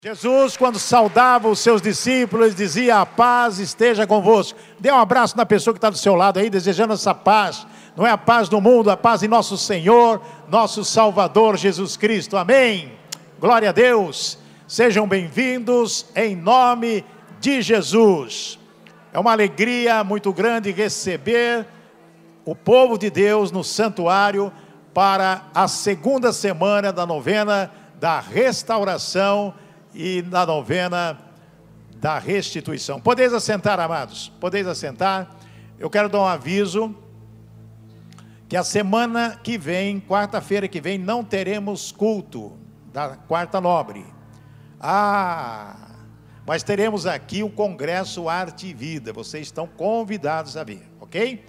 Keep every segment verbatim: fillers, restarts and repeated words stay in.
Jesus, quando saudava os seus discípulos, dizia: a paz esteja convosco. Dê um abraço na pessoa que está do seu lado aí, desejando essa paz. Não é a paz do mundo, a paz em nosso Senhor, nosso Salvador Jesus Cristo. Amém. Glória a Deus. Sejam bem-vindos em nome de Jesus. É uma alegria muito grande receber o povo de Deus no santuário para a segunda semana da novena da restauração e na novena da restituição. Podeis assentar, amados, podeis assentar. Eu quero dar um aviso, que a semana que vem, quarta-feira que vem, não teremos culto da quarta nobre. Ah, mas teremos aqui o Congresso Arte e Vida, vocês estão convidados a vir, ok?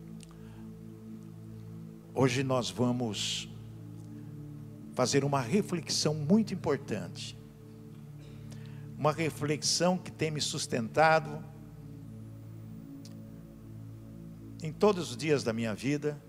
Hoje nós vamos fazer uma reflexão muito importante. Uma reflexão que tem me sustentado em todos os dias da minha vida.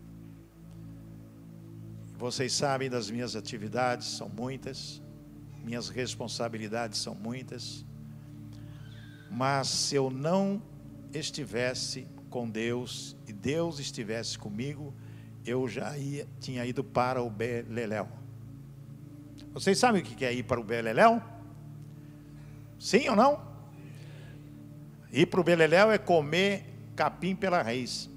Vocês sabem das minhas atividades, são muitas, minhas responsabilidades são muitas, mas se eu não estivesse com Deus e Deus estivesse comigo, eu já ia, tinha ido para o Beleléu. Vocês sabem o que é ir para o Beleléu? Sim ou não? Ir para o Beleléu é comer capim pela raiz.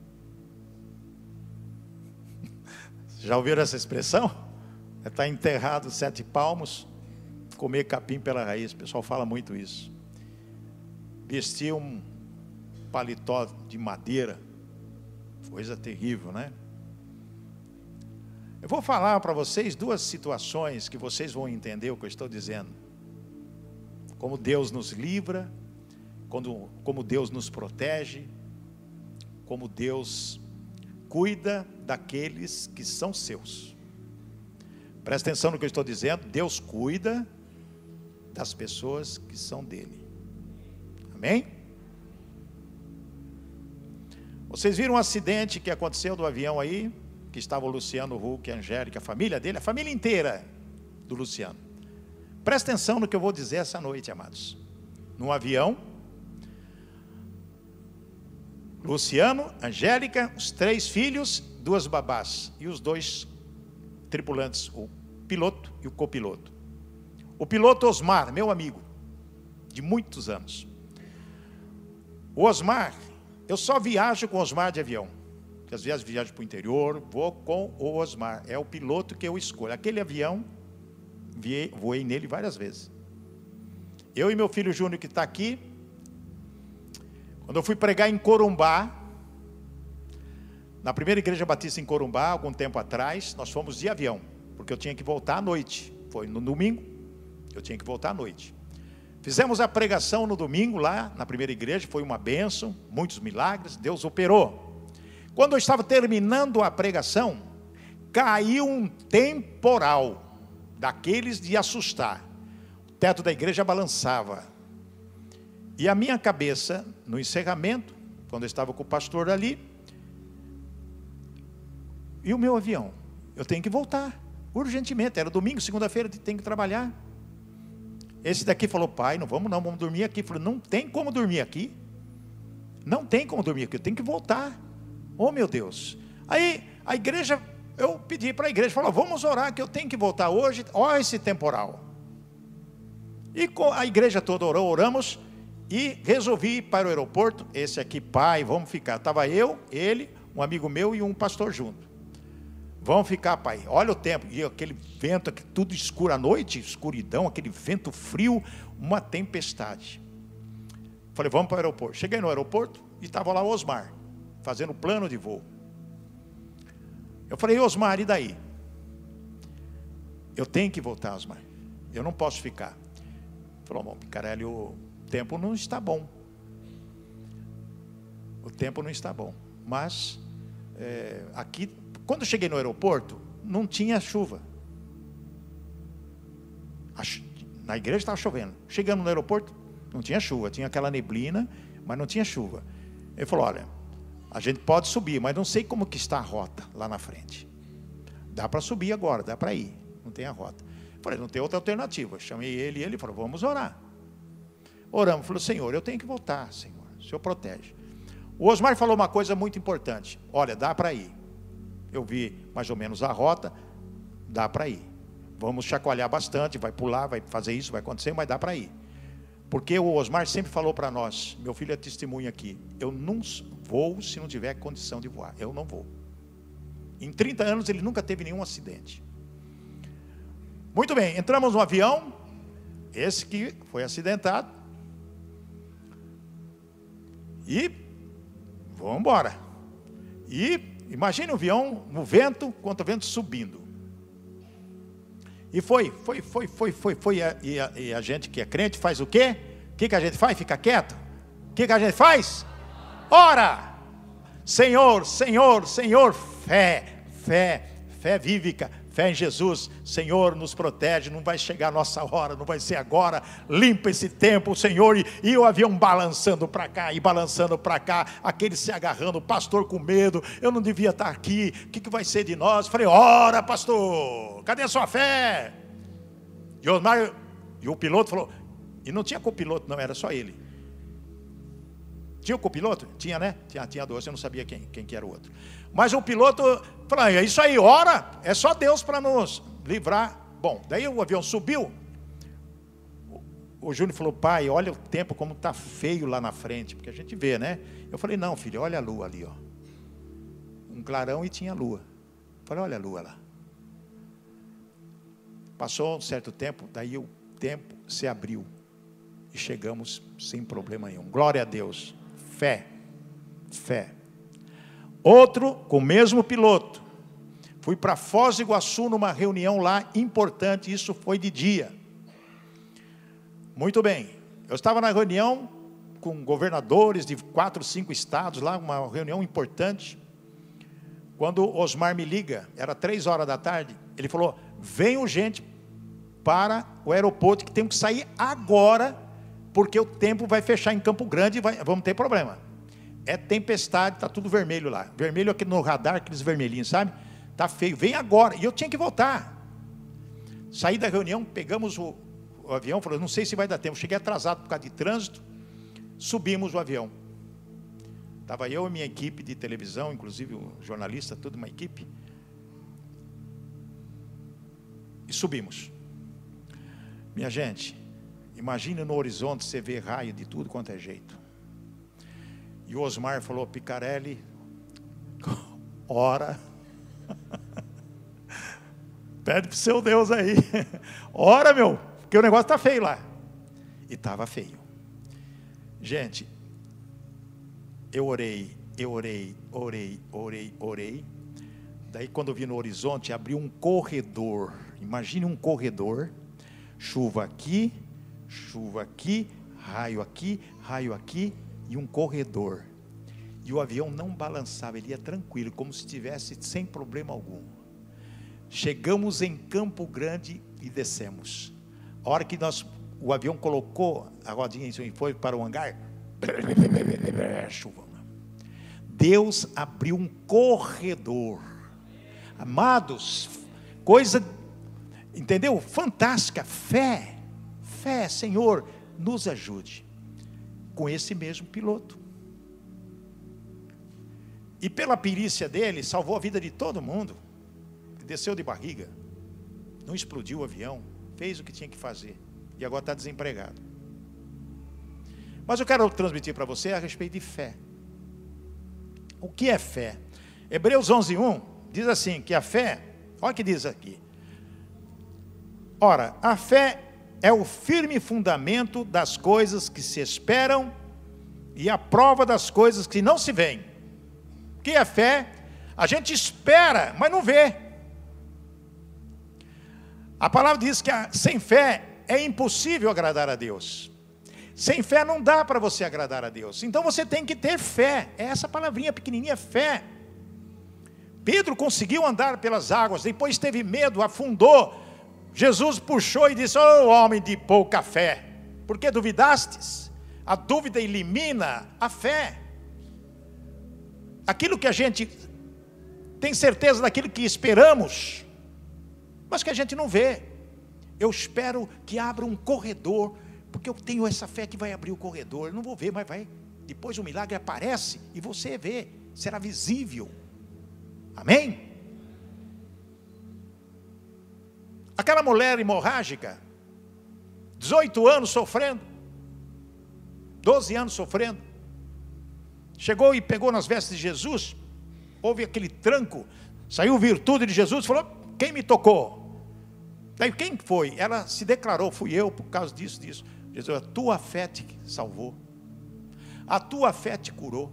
Já ouviram essa expressão? É estar enterrado sete palmos, comer capim pela raiz. O pessoal fala muito isso. Vestir um paletó de madeira, coisa terrível, né? Eu vou falar para vocês duas situações que vocês vão entender o que eu estou dizendo. Como Deus nos livra, quando, como Deus nos protege, como Deus cuida daqueles que são seus. Presta atenção no que eu estou dizendo. Deus cuida das pessoas que são dele. Amém? Vocês viram um acidente que aconteceu do avião aí, que estava o Luciano Huck, a Angélica, a família dele, a família inteira do Luciano. Presta atenção no que eu vou dizer essa noite, amados. Num avião, Luciano, Angélica, os três filhos, duas babás e os dois tripulantes, o piloto e o copiloto. O piloto Osmar, meu amigo, de muitos anos. O Osmar, eu só viajo com o Osmar de avião. Porque às vezes viajo para o interior, vou com o Osmar. É o piloto que eu escolho. Aquele avião, voei nele várias vezes. Eu e meu filho Júnior, que está aqui, quando eu fui pregar em Corumbá, na primeira igreja batista em Corumbá, algum tempo atrás, nós fomos de avião, porque eu tinha que voltar à noite. Foi no domingo, eu tinha que voltar à noite. Fizemos a pregação no domingo lá, na primeira igreja, foi uma bênção, muitos milagres, Deus operou. Quando eu estava terminando a pregação, caiu um temporal, daqueles de assustar. O teto da igreja balançava. E a minha cabeça, no encerramento, quando eu estava com o pastor ali, e o meu avião? Eu tenho que voltar, urgentemente. Era domingo, segunda-feira, tenho que trabalhar. Esse daqui falou: pai, não vamos não, vamos dormir aqui. Eu falei: não tem como dormir aqui. Não tem como dormir aqui, eu tenho que voltar. Oh, meu Deus. Aí, a igreja, eu pedi para a igreja, falou: vamos orar, que eu tenho que voltar hoje. Olha esse temporal. E a igreja toda orou, oramos, e resolvi ir para o aeroporto. Esse aqui, pai, vamos ficar. Estava eu, ele, um amigo meu e um pastor junto. Vamos ficar, pai. Olha o tempo. E aquele vento, aqui, tudo escuro à noite, escuridão, aquele vento frio, uma tempestade. Falei: vamos para o aeroporto. Cheguei no aeroporto e estava lá o Osmar, fazendo plano de voo. Eu falei: Osmar, e daí? Eu tenho que voltar, Osmar. Eu não posso ficar. Ele falou: bom, Picarelli, o tempo não está bom. O tempo não está bom. Mas, é, aqui, quando eu cheguei no aeroporto, não tinha chuva. Na igreja estava chovendo. Chegando no aeroporto, não tinha chuva. Tinha aquela neblina, mas não tinha chuva. Ele falou: olha, a gente pode subir, mas não sei como que está a rota lá na frente. Dá para subir agora, dá para ir. Não tem a rota. Falei, não tem outra alternativa. Chamei ele e ele falou, vamos orar. Oramos, falou, Senhor, eu tenho que voltar, Senhor, o Senhor protege. O Osmar falou uma coisa muito importante, olha, dá para ir. Eu vi mais ou menos a rota, dá para ir. Vamos chacoalhar bastante, vai pular, vai fazer isso, vai acontecer, mas dá para ir. Porque o Osmar sempre falou para nós, meu filho é testemunha aqui, eu não vou se não tiver condição de voar, eu não vou. Em trinta anos ele nunca teve nenhum acidente. Muito bem, entramos no avião, esse que foi acidentado, e vamos embora. E imagine o avião no vento, contra o vento subindo. E foi, foi, foi, foi, foi, foi, e a, e a gente que é crente faz o quê? O que, que a gente faz? Fica quieto? O que, que a gente faz? Ora! Senhor, Senhor, Senhor, fé, fé, fé vívica, fé em Jesus. Senhor, nos protege, não vai chegar a nossa hora, não vai ser agora, limpa esse tempo, Senhor, e, e o avião balançando para cá, e balançando para cá, aquele se agarrando, o pastor com medo, eu não devia estar aqui, o que, que vai ser de nós? Falei, ora pastor, cadê a sua fé? E o, Osmar, e o piloto falou, e não tinha copiloto não, era só ele. Tinha o copiloto? Tinha, né? Tinha, tinha dois, eu não sabia quem, quem que era o outro. Mas o piloto falou, é isso aí, ora, é só Deus para nos livrar. Bom, daí o avião subiu. O, o Júnior falou, pai, olha o tempo como está feio lá na frente, porque a gente vê, né? Eu falei, não filho, olha a lua ali, ó. Um clarão e tinha lua. Eu falei, olha a lua lá. Passou um certo tempo, daí o tempo se abriu. E chegamos sem problema nenhum. Glória a Deus. Fé. Fé. Outro, com o mesmo piloto. Fui para Foz do Iguaçu numa reunião lá importante. Isso foi de dia. Muito bem. Eu estava na reunião com governadores de quatro, cinco estados lá, uma reunião importante. Quando o Osmar me liga, era três horas da tarde, ele falou, vem urgente para o aeroporto que temos que sair agora, porque o tempo vai fechar em Campo Grande e vai, vamos ter problema. É tempestade, está tudo vermelho lá. Vermelho aqui no radar, aqueles vermelhinhos, sabe? Está feio, vem agora. E eu tinha que voltar. Saí da reunião, pegamos o, o avião, falei, não sei se vai dar tempo. Cheguei atrasado por causa de trânsito, subimos o avião. Estava eu e minha equipe de televisão, inclusive o jornalista, toda uma equipe. E subimos. Minha gente, imagine no horizonte você vê raio de tudo quanto é jeito. E o Osmar falou, Picarelli, ora, pede para o seu Deus aí, ora meu, porque o negócio está feio lá. E estava feio. Gente, eu orei, eu orei, orei, orei, orei. Daí quando eu vi no horizonte, abriu um corredor. Imagine um corredor, chuva aqui, chuva aqui, raio aqui, raio aqui, e um corredor. E o avião não balançava, ele ia tranquilo, como se estivesse sem problema algum. Chegamos em Campo Grande e descemos. A hora que nós, o avião colocou a rodinha e foi para o hangar, chuva. Deus abriu um corredor. Amados, coisa, entendeu? Fantástica, fé, fé, Senhor, nos ajude. Com esse mesmo piloto. E pela perícia dele, salvou a vida de todo mundo. Desceu de barriga. Não explodiu o avião. Fez o que tinha que fazer. E agora está desempregado. Mas eu quero transmitir para você a respeito de fé. O que é fé? Hebreus onze, um diz assim, que a fé, olha o que diz aqui. Ora, a fé é o firme fundamento das coisas que se esperam e a prova das coisas que não se veem. O que é fé? A gente espera, mas não vê. A palavra diz que a, sem fé é impossível agradar a Deus. Sem fé não dá para você agradar a Deus. Então você tem que ter fé. É essa palavrinha pequenininha, fé. Pedro conseguiu andar pelas águas, depois teve medo, afundou. Jesus puxou e disse, ô homem de pouca fé, por que duvidastes? A dúvida elimina a fé. Aquilo que a gente tem certeza daquilo que esperamos, mas que a gente não vê. Eu espero que abra um corredor, porque eu tenho essa fé que vai abrir o corredor. Eu não vou ver, mas vai. Depois o milagre aparece e você vê, será visível. Amém? Aquela mulher hemorrágica, dezoito anos sofrendo, doze anos sofrendo, chegou e pegou nas vestes de Jesus, houve aquele tranco, saiu virtude de Jesus, falou: quem me tocou? Daí quem foi? Ela se declarou: fui eu por causa disso, disso. Jesus: a tua fé te salvou, a tua fé te curou.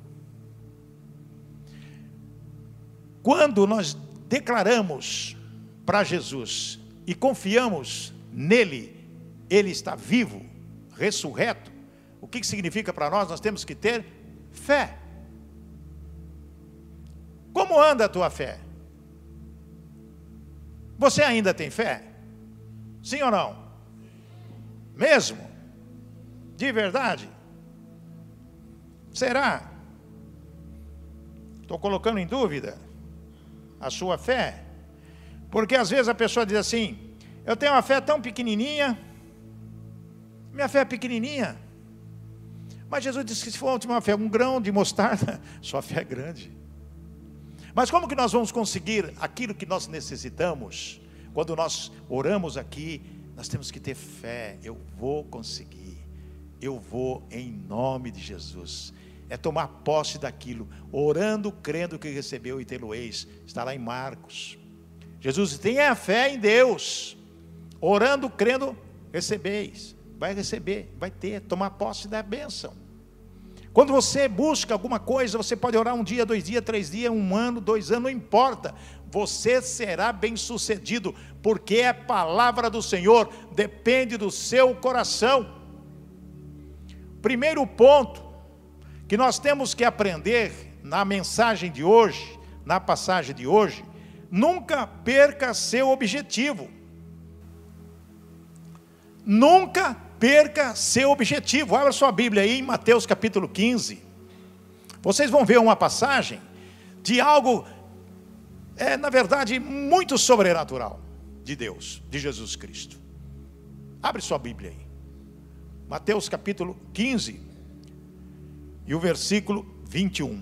Quando nós declaramos para Jesus e confiamos nele, ele está vivo, ressurreto, o que significa para nós? Nós temos que ter fé. Como anda a tua fé? Você ainda tem fé? Sim ou não? Mesmo? De verdade? Será? Estou colocando em dúvida a sua fé, porque às vezes a pessoa diz assim: eu tenho uma fé tão pequenininha, minha fé é pequenininha, mas Jesus disse que se for uma fé, um grão de mostarda, sua fé é grande. Mas como que nós vamos conseguir aquilo que nós necessitamos? Quando nós oramos aqui, nós temos que ter fé. Eu vou conseguir, eu vou em nome de Jesus. É tomar posse daquilo, orando, crendo que recebeu e tê-lo-eis. Está lá em Marcos. Jesus: tenha fé em Deus, orando, crendo, recebeis. Vai receber, vai ter, tomar posse da bênção. Quando você busca alguma coisa, você pode orar um dia, dois dias, três dias, um ano, dois anos, não importa. Você será bem sucedido, porque a palavra do Senhor depende do seu coração. Primeiro ponto que nós temos que aprender na mensagem de hoje, na passagem de hoje: nunca perca seu objetivo. Nunca perca seu objetivo. Abra sua Bíblia aí em Mateus capítulo quinze. Vocês vão ver uma passagem de algo, é, na verdade, muito sobrenatural de Deus, de Jesus Cristo. Abre sua Bíblia aí. Mateus capítulo quinze e o versículo vinte e um.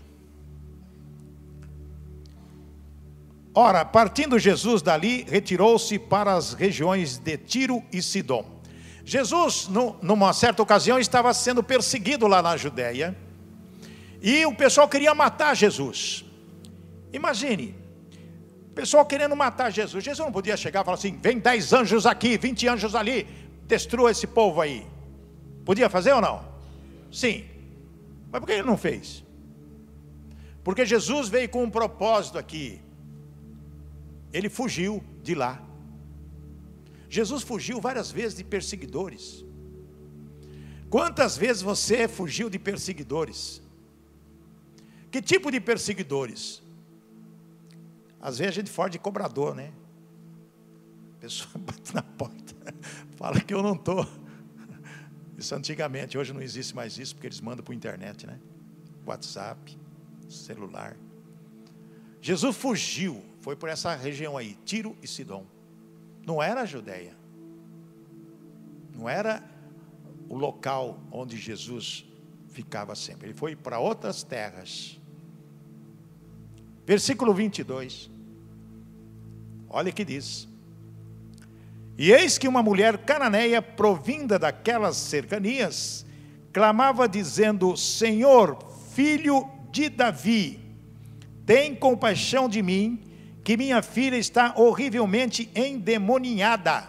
Ora, partindo Jesus dali, retirou-se para as regiões de Tiro e Sidom. Jesus, numa certa ocasião, estava sendo perseguido lá na Judéia, e o pessoal queria matar Jesus. Imagine, o pessoal querendo matar Jesus. Jesus não podia chegar e falar assim: vem dez anjos aqui, vinte anjos ali, destrua esse povo aí. Podia fazer ou não? Sim. Mas por que ele não fez? Porque Jesus veio com um propósito aqui. Ele fugiu de lá. Jesus fugiu várias vezes de perseguidores. Quantas vezes você fugiu de perseguidores? Que tipo de perseguidores? Às vezes a gente foge de cobrador, né? A pessoa bate na porta, fala que eu não estou. Isso antigamente, hoje não existe mais isso, porque eles mandam por internet, né? WhatsApp, celular. Jesus fugiu, foi por essa região aí, Tiro e Sidom. Não era a Judéia, não era o local onde Jesus ficava sempre. Ele foi para outras terras. Versículo vinte e dois. Olha o que diz: e eis que uma mulher cananeia, provinda daquelas cercanias, clamava dizendo: Senhor, filho de Davi, tem compaixão de mim, que minha filha está horrivelmente endemoniada.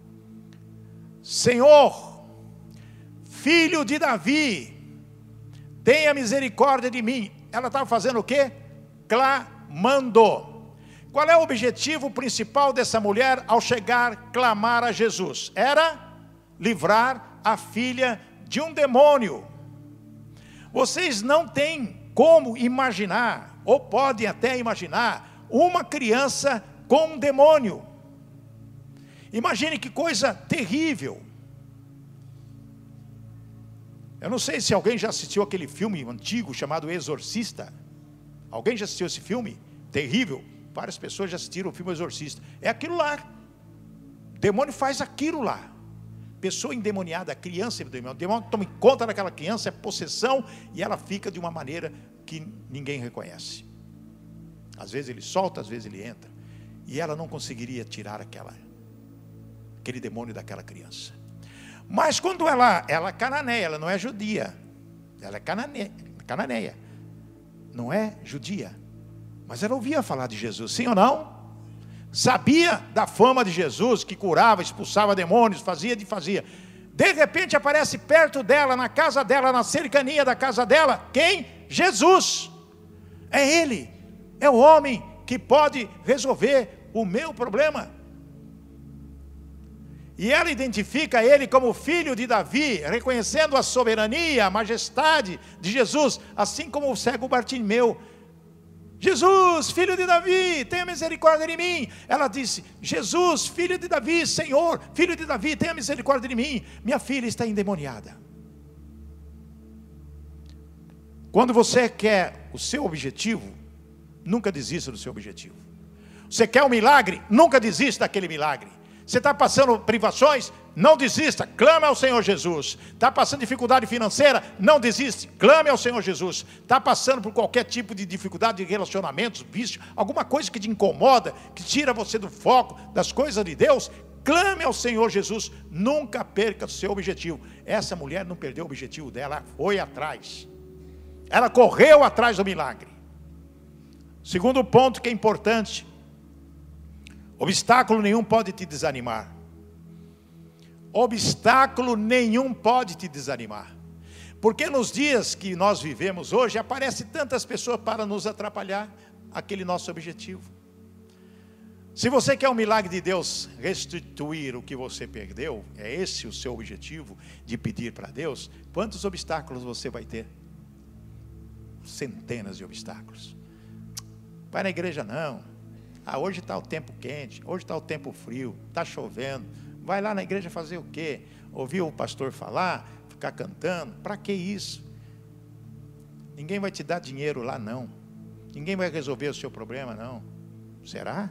Senhor, filho de Davi, tenha misericórdia de mim. Ela estava fazendo o quê? Clamando. Qual é o objetivo principal dessa mulher ao chegar clamar a Jesus? Era livrar a filha de um demônio. Vocês não têm como imaginar, ou podem até imaginar, uma criança com um demônio. Imagine que coisa terrível. Eu não sei se alguém já assistiu aquele filme antigo chamado Exorcista. Alguém já assistiu esse filme? Terrível. Várias pessoas já assistiram o filme Exorcista. É aquilo lá. demônio faz aquilo lá. Pessoa endemoniada, criança endemoniada, o demônio toma conta daquela criança, é possessão, e ela fica de uma maneira que ninguém reconhece. Às vezes ele solta, às vezes ele entra, e ela não conseguiria tirar aquela, aquele demônio daquela criança. Mas quando ela, ela é cananeia, ela não é judia, ela é cananeia, cananeia, não é judia, mas ela ouvia falar de Jesus, sim ou não? Sabia da fama de Jesus, que curava, expulsava demônios, fazia de fazia. De repente aparece perto dela, na casa dela, na cercania da casa dela, quem? Jesus. É Ele, é o homem que pode resolver o meu problema. E ela identifica Ele como filho de Davi, reconhecendo a soberania, a majestade de Jesus, assim como o cego Bartimeu. Jesus, filho de Davi, tenha misericórdia de mim. Ela disse, Jesus, filho de Davi, Senhor, filho de Davi, tenha misericórdia de mim. Minha filha está endemoniada. Quando você quer o seu objetivo, nunca desista do seu objetivo. Você quer um milagre? Nunca desista daquele milagre. Você está passando privações? Não desista, clame ao Senhor Jesus. Está passando dificuldade financeira? Não desiste, clame ao Senhor Jesus. Está passando por qualquer tipo de dificuldade de relacionamentos, vício, alguma coisa que te incomoda, que tira você do foco das coisas de Deus? Clame ao Senhor Jesus, nunca perca o seu objetivo. Essa mulher não perdeu o objetivo dela, ela foi atrás. Ela correu atrás do milagre. Segundo ponto que é importante, obstáculo nenhum pode te desanimar. Obstáculo nenhum pode te desanimar. Porque nos dias que nós vivemos hoje, aparecem tantas pessoas para nos atrapalhar aquele nosso objetivo. Se você quer um milagre de Deus, restituir o que você perdeu, é esse o seu objetivo de pedir para Deus, quantos obstáculos você vai ter? Centenas de obstáculos. Vai na igreja não. Ah, hoje está o tempo quente, hoje está o tempo frio, está chovendo. Vai lá na igreja fazer o quê? Ouvir o pastor falar, ficar cantando? Para que isso? Ninguém vai te dar dinheiro lá não. Ninguém vai resolver o seu problema não. Será?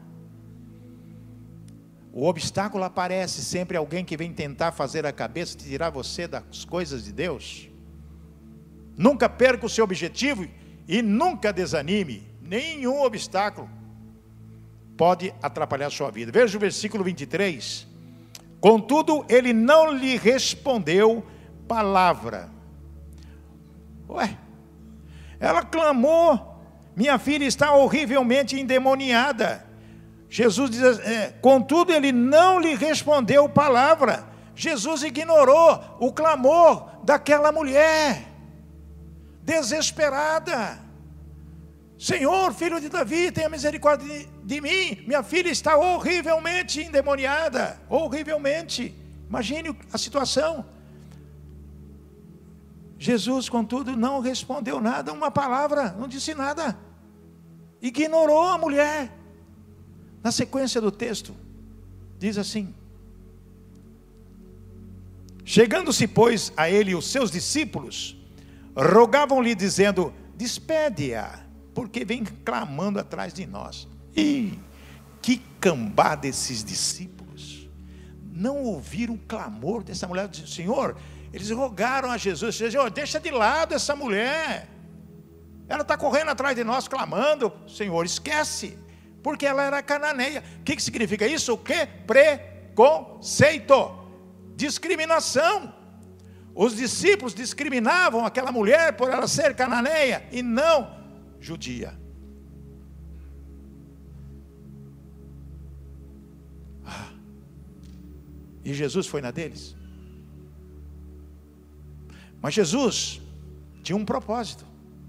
O obstáculo aparece sempre alguém que vem tentar fazer a cabeça, tirar você das coisas de Deus. Nunca perca o seu objetivo e nunca desanime. Nenhum obstáculo pode atrapalhar a sua vida. Veja o versículo vinte e três. Contudo, ele não lhe respondeu palavra. Ué, ela clamou, minha filha está horrivelmente endemoniada. Jesus diz, é, contudo, ele não lhe respondeu palavra. Jesus ignorou o clamor daquela mulher, desesperada. Senhor, filho de Davi, tenha misericórdia de, de mim. Minha filha está horrivelmente endemoniada. Horrivelmente. Imagine a situação. Jesus, contudo, não respondeu nada, uma palavra, não disse nada. Ignorou a mulher. Na sequência do texto, diz assim: chegando-se, pois, a ele os seus discípulos, rogavam-lhe dizendo, despede-a, porque vem clamando atrás de nós. E que cambada desses discípulos, não ouviram o clamor dessa mulher. Senhor, eles rogaram a Jesus, Senhor, deixa de lado essa mulher, ela está correndo atrás de nós clamando. Senhor, esquece, porque ela era cananeia. O que, que significa isso? O que? Preconceito, discriminação. Os discípulos discriminavam aquela mulher por ela ser cananeia e não judia. Ah, e Jesus foi na deles. Mas Jesus tinha um propósito.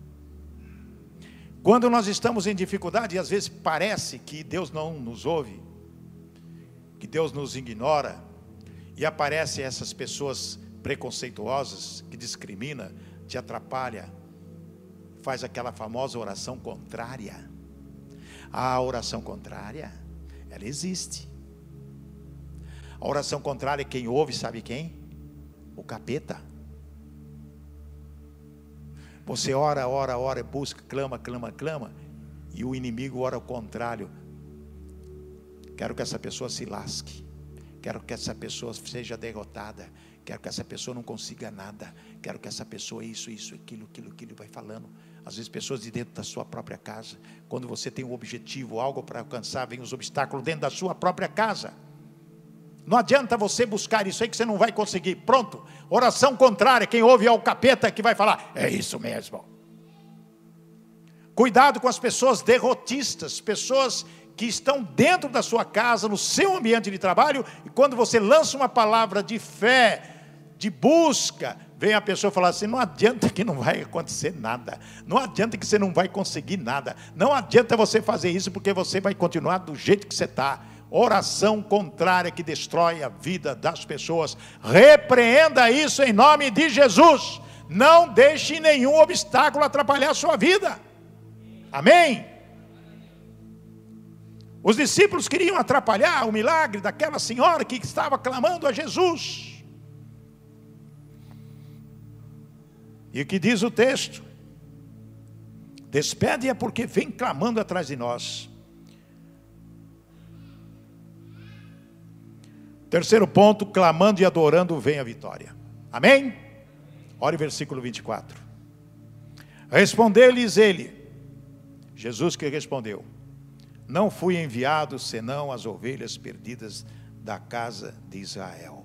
Quando nós estamos em dificuldade, e às vezes parece que Deus não nos ouve, que Deus nos ignora, e aparecem essas pessoas preconceituosas, que discrimina, te atrapalha, faz aquela famosa oração contrária. A oração contrária, ela existe. A oração contrária, quem ouve, sabe quem? O capeta. Você ora, ora, ora, busca, clama, clama, clama, e o inimigo ora ao contrário. Quero que essa pessoa se lasque, Quero que essa pessoa seja derrotada. Quero que essa pessoa não consiga nada. Quero que essa pessoa isso, isso, aquilo, aquilo, aquilo, vai falando. Às vezes pessoas de dentro da sua própria casa. Quando você tem um objetivo, algo para alcançar, vem os obstáculos dentro da sua própria casa. Não adianta você buscar isso aí que você não vai conseguir. Pronto, oração contrária. Quem ouve é o capeta que vai falar, é isso mesmo. Cuidado com as pessoas derrotistas, pessoas que estão dentro da sua casa, no seu ambiente de trabalho, e quando você lança uma palavra de fé, de busca, vem a pessoa falar assim, não adianta que não vai acontecer nada, não adianta que você não vai conseguir nada, não adianta você fazer isso, porque você vai continuar do jeito que você está. Oração contrária que destrói a vida das pessoas. Repreenda isso em nome de Jesus. Não deixe nenhum obstáculo atrapalhar a sua vida. Amém? Os discípulos queriam atrapalhar o milagre daquela senhora que estava clamando a Jesus. E o que diz o texto? Despede-a porque vem clamando atrás de nós. Terceiro ponto, clamando e adorando vem a vitória. Amém? Olha o versículo vinte e quatro. Respondeu-lhes ele, Jesus que respondeu, não fui enviado senão as ovelhas perdidas da casa de Israel.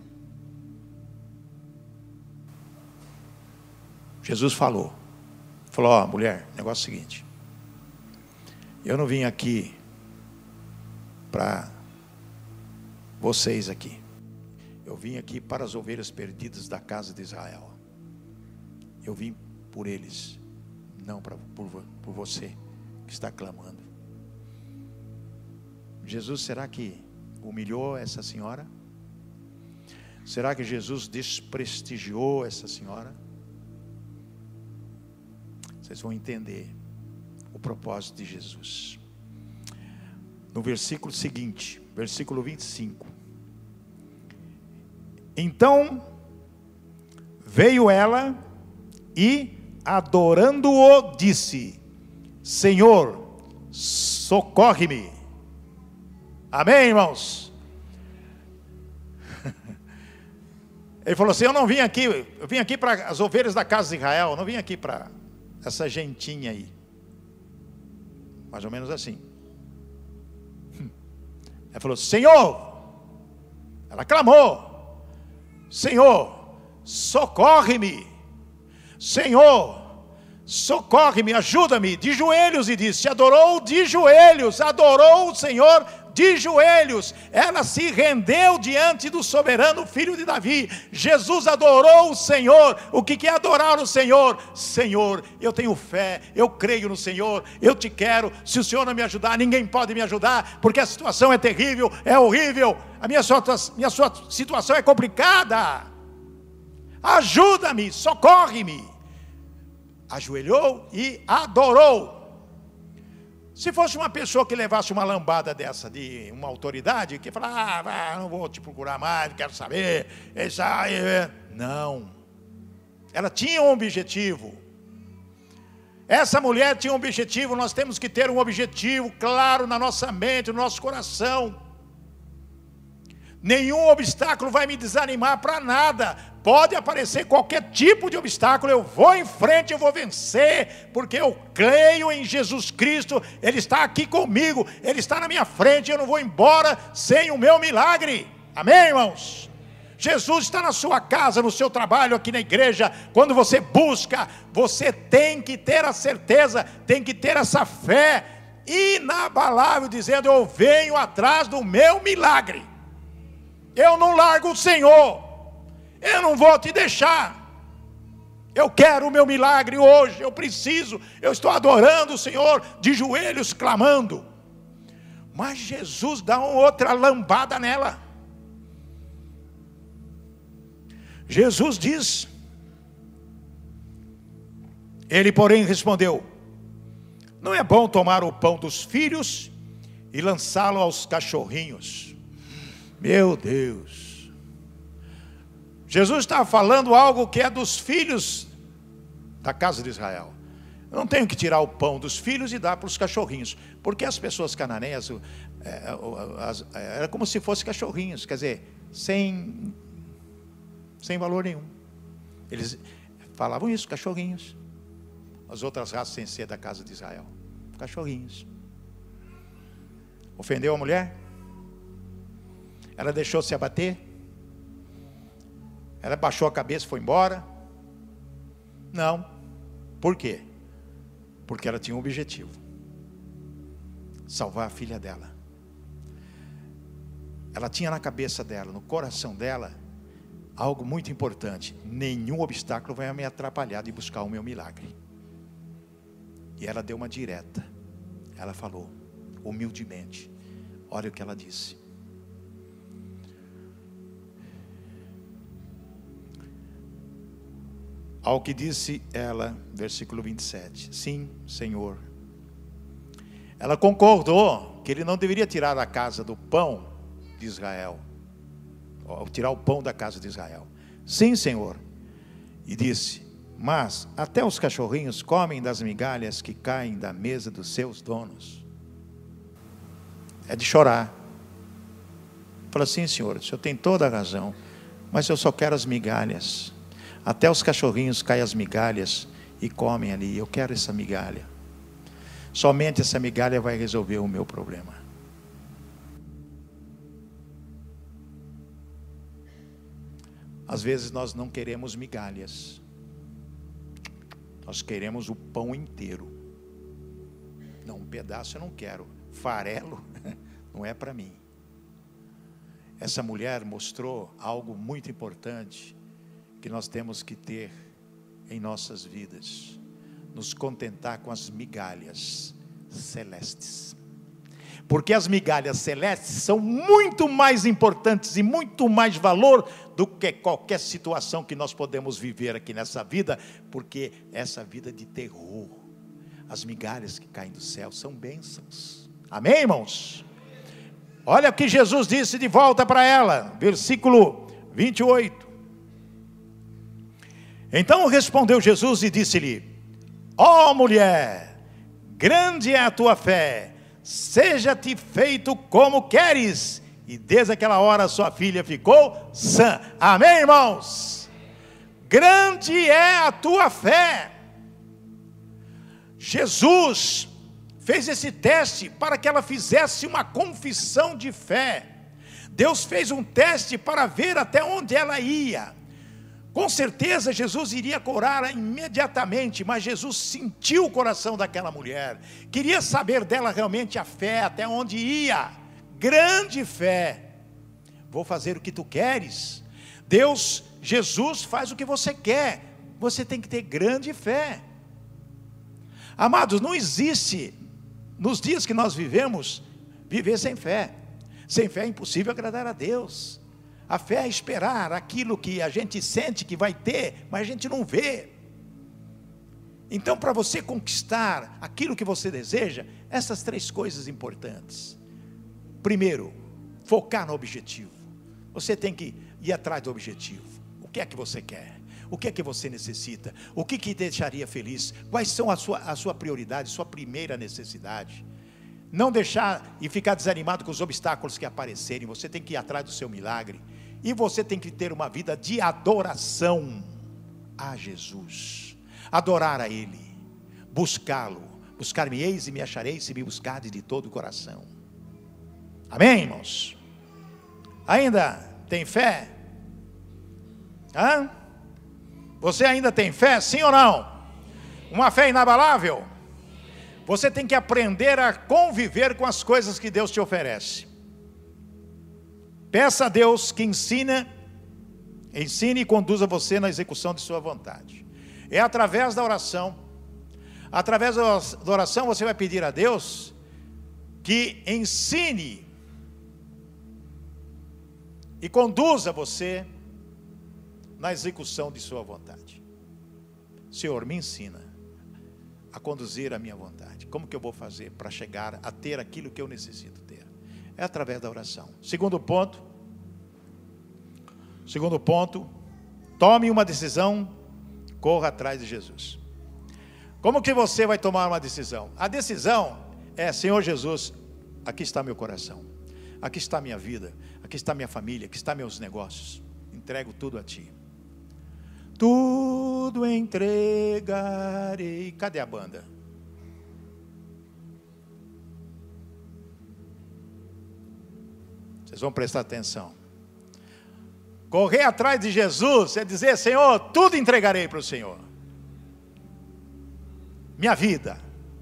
Jesus falou, falou, ó, mulher, negócio é o seguinte, eu não vim aqui para vocês aqui, eu vim aqui para as ovelhas perdidas da casa de Israel, eu vim por eles, não pra, por, por você que está clamando. Jesus, será que humilhou essa senhora? Será que Jesus desprestigiou essa senhora? Vocês vão entender o propósito de Jesus. No versículo seguinte, versículo vinte e cinco. Então veio ela e, adorando-o, disse, Senhor, socorre-me. Amém, irmãos? Ele falou assim, eu não vim aqui, eu vim aqui para as ovelhas da casa de Israel, eu não vim aqui para essa gentinha aí. Mais ou menos assim. Ela falou, Senhor, ela clamou, Senhor, socorre-me, Senhor, socorre-me, ajuda-me, de joelhos, e disse, adorou de joelhos, adorou o Senhor de joelhos, ela se rendeu diante do soberano filho de Davi. Jesus adorou o Senhor. O que é adorar o Senhor? Senhor, eu tenho fé, eu creio no Senhor, eu te quero, se o Senhor não me ajudar, ninguém pode me ajudar, porque a situação é terrível, é horrível, a minha, minha sua situação é complicada, ajuda-me, socorre-me. Ajoelhou e adorou. Se fosse uma pessoa que levasse uma lambada dessa, de uma autoridade, que falava, ah, não vou te procurar mais, não quero saber, isso aí. Não. Ela tinha um objetivo. Essa mulher tinha um objetivo, nós temos que ter um objetivo claro na nossa mente, no nosso coração. Nenhum obstáculo vai me desanimar para nada. Pode aparecer qualquer tipo de obstáculo, eu vou em frente, eu vou vencer, porque eu creio em Jesus Cristo, Ele está aqui comigo, Ele está na minha frente, eu não vou embora sem o meu milagre. Amém, irmãos? Jesus está na sua casa, no seu trabalho, aqui na igreja. Quando você busca, você tem que ter a certeza, tem que ter essa fé inabalável, dizendo, eu venho atrás do meu milagre. Eu não largo o Senhor, eu não vou te deixar, eu quero o meu milagre hoje, eu preciso, eu estou adorando o Senhor, de joelhos clamando. Mas Jesus dá uma outra lambada nela. Jesus diz, ele porém respondeu, não é bom tomar o pão dos filhos e lançá-lo aos cachorrinhos. Meu Deus, Jesus está falando algo que é dos filhos da casa de Israel. Eu não tenho que tirar o pão dos filhos e dar para os cachorrinhos, porque as pessoas cananeias é, era como se fossem cachorrinhos, quer dizer, sem, sem valor nenhum. Eles falavam isso, cachorrinhos. As outras raças sem ser da casa de Israel, cachorrinhos. Ofendeu a mulher? Ela deixou se abater? Ela baixou a cabeça e foi embora? Não. Por quê? Porque ela tinha um objetivo: salvar a filha dela. Ela tinha na cabeça dela, no coração dela, algo muito importante: nenhum obstáculo vai me atrapalhar de buscar o meu milagre. E ela deu uma direta. Ela falou humildemente. Olha o que ela disse: ao que disse ela, versículo vinte e sete: sim, Senhor. Ela concordou que ele não deveria tirar da casa do pão de Israel, ou tirar o pão da casa de Israel. Sim, Senhor. E disse: mas até os cachorrinhos comem das migalhas que caem da mesa dos seus donos. É de chorar. Fala assim: Senhor, o Senhor tem toda a razão, mas eu só quero as migalhas. Até os cachorrinhos caem as migalhas e comem ali. Eu quero essa migalha. Somente essa migalha vai resolver o meu problema. Às vezes nós não queremos migalhas. Nós queremos o pão inteiro. Não, um pedaço eu não quero. Farelo não é para mim. Essa mulher mostrou algo muito importante que nós temos que ter em nossas vidas: nos contentar com as migalhas celestes. Porque as migalhas celestes são muito mais importantes e muito mais valor do que qualquer situação que nós podemos viver aqui nessa vida, porque essa vida de terror, as migalhas que caem do céu são bênçãos. Amém, irmãos? Olha o que Jesus disse de volta para ela, versículo vinte e oito. Então respondeu Jesus e disse-lhe: ó mulher, grande é a tua fé, seja-te feito como queres. E desde aquela hora sua filha ficou sã. Amém, irmãos? Grande é a tua fé. Jesus fez esse teste para que ela fizesse uma confissão de fé. Deus fez um teste para ver até onde ela ia. Com certeza Jesus iria curar imediatamente, mas Jesus sentiu o coração daquela mulher, queria saber dela realmente a fé, até onde ia. Grande fé. Vou fazer o que tu queres. Deus, Jesus faz o que você quer. Você tem que ter grande fé. Amados, não existe, nos dias que nós vivemos, viver sem fé. Sem fé é impossível agradar a Deus. A fé é esperar aquilo que a gente sente que vai ter, mas a gente não vê. Então, para você conquistar aquilo que você deseja, essas três coisas importantes. Primeiro, focar no objetivo. Você tem que ir atrás do objetivo. O que é que você quer? O que é que você necessita? O que que deixaria feliz? Quais são a sua, a sua prioridade, sua primeira necessidade? Não deixar e ficar desanimado com os obstáculos que aparecerem. Você tem que ir atrás do seu milagre. E você tem que ter uma vida de adoração a Jesus. Adorar a Ele. Buscá-lo. Buscar-me-eis e me achareis se me buscardes de todo o coração. Amém, irmãos? Ainda tem fé? Hã? Você ainda tem fé, sim ou não? Uma fé inabalável? Você tem que aprender a conviver com as coisas que Deus te oferece. Peça a Deus que ensine, ensine e conduza você na execução de sua vontade. É através da oração. Através da oração você vai pedir a Deus que ensine e conduza você na execução de sua vontade. Senhor, me ensina a conduzir a minha vontade. Como que eu vou fazer para chegar a ter aquilo que eu necessito ter? É através da oração. Segundo ponto, segundo ponto, tome uma decisão, corra atrás de Jesus. Como que você vai tomar uma decisão? A decisão é: Senhor Jesus, aqui está meu coração, aqui está minha vida, aqui está minha família, aqui está meus negócios, entrego tudo a Ti. Tudo entregarei. Cadê a banda? Vocês vão prestar atenção. Correr atrás de Jesus é dizer: Senhor, tudo entregarei para o Senhor. Minha vida,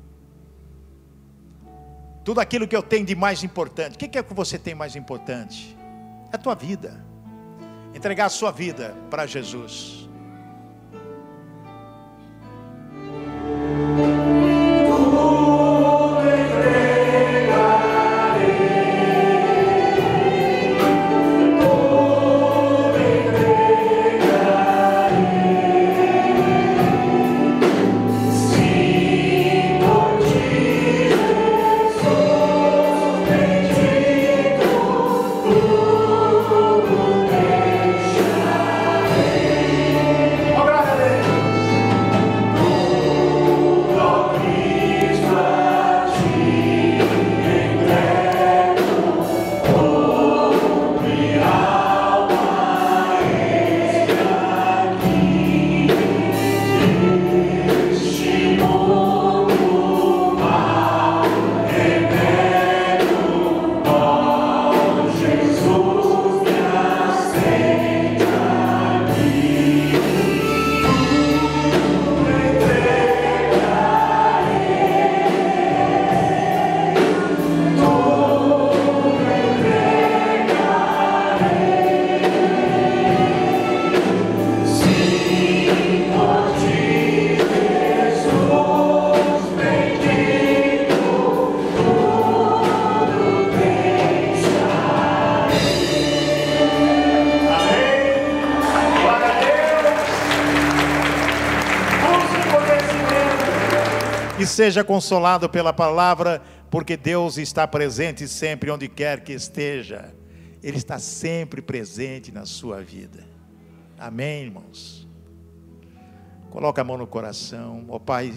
tudo aquilo que eu tenho de mais importante. O que é que você tem mais importante? É a tua vida. Entregar a sua vida para Jesus. E seja consolado pela palavra, porque Deus está presente sempre onde quer que esteja. Ele está sempre presente na sua vida. Amém, irmãos? Coloca a mão no coração. Ó Pai,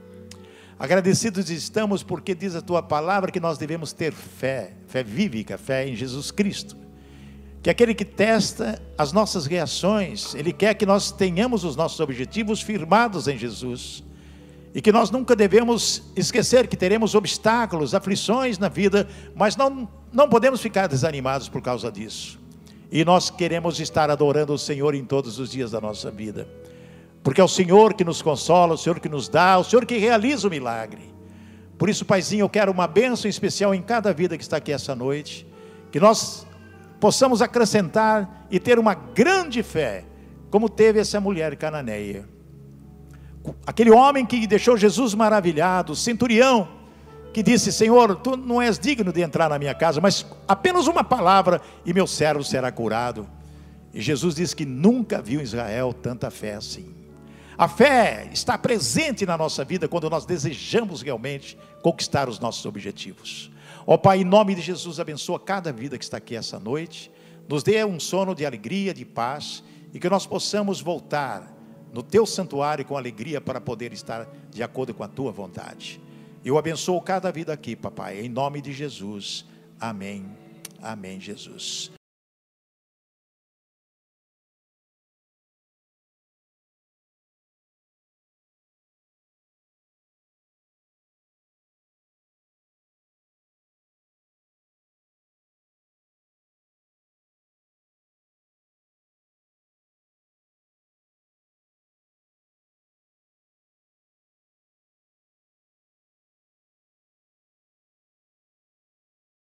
agradecidos estamos porque diz a Tua palavra que nós devemos ter fé, fé vívica, fé em Jesus Cristo. Que aquele que testa as nossas reações, Ele quer que nós tenhamos os nossos objetivos firmados em Jesus. E que nós nunca devemos esquecer que teremos obstáculos, aflições na vida, mas não, não podemos ficar desanimados por causa disso. E nós queremos estar adorando o Senhor em todos os dias da nossa vida. Porque é o Senhor que nos consola, o Senhor que nos dá, o Senhor que realiza o milagre. Por isso, Paizinho, eu quero uma bênção especial em cada vida que está aqui essa noite. Que nós possamos acrescentar e ter uma grande fé, como teve essa mulher cananeia. Aquele homem que deixou Jesus maravilhado, o centurião, que disse: Senhor, tu não és digno de entrar na minha casa, mas apenas uma palavra e meu servo será curado. E Jesus disse que nunca viu em Israel tanta fé assim. A fé está presente na nossa vida quando nós desejamos realmente conquistar os nossos objetivos. Ó Pai, em nome de Jesus, abençoa cada vida que está aqui essa noite, nos dê um sono de alegria, de paz, e que nós possamos voltar no Teu santuário com alegria para poder estar de acordo com a Tua vontade. Eu abençoo cada vida aqui, papai, em nome de Jesus. Amém. Amém, Jesus.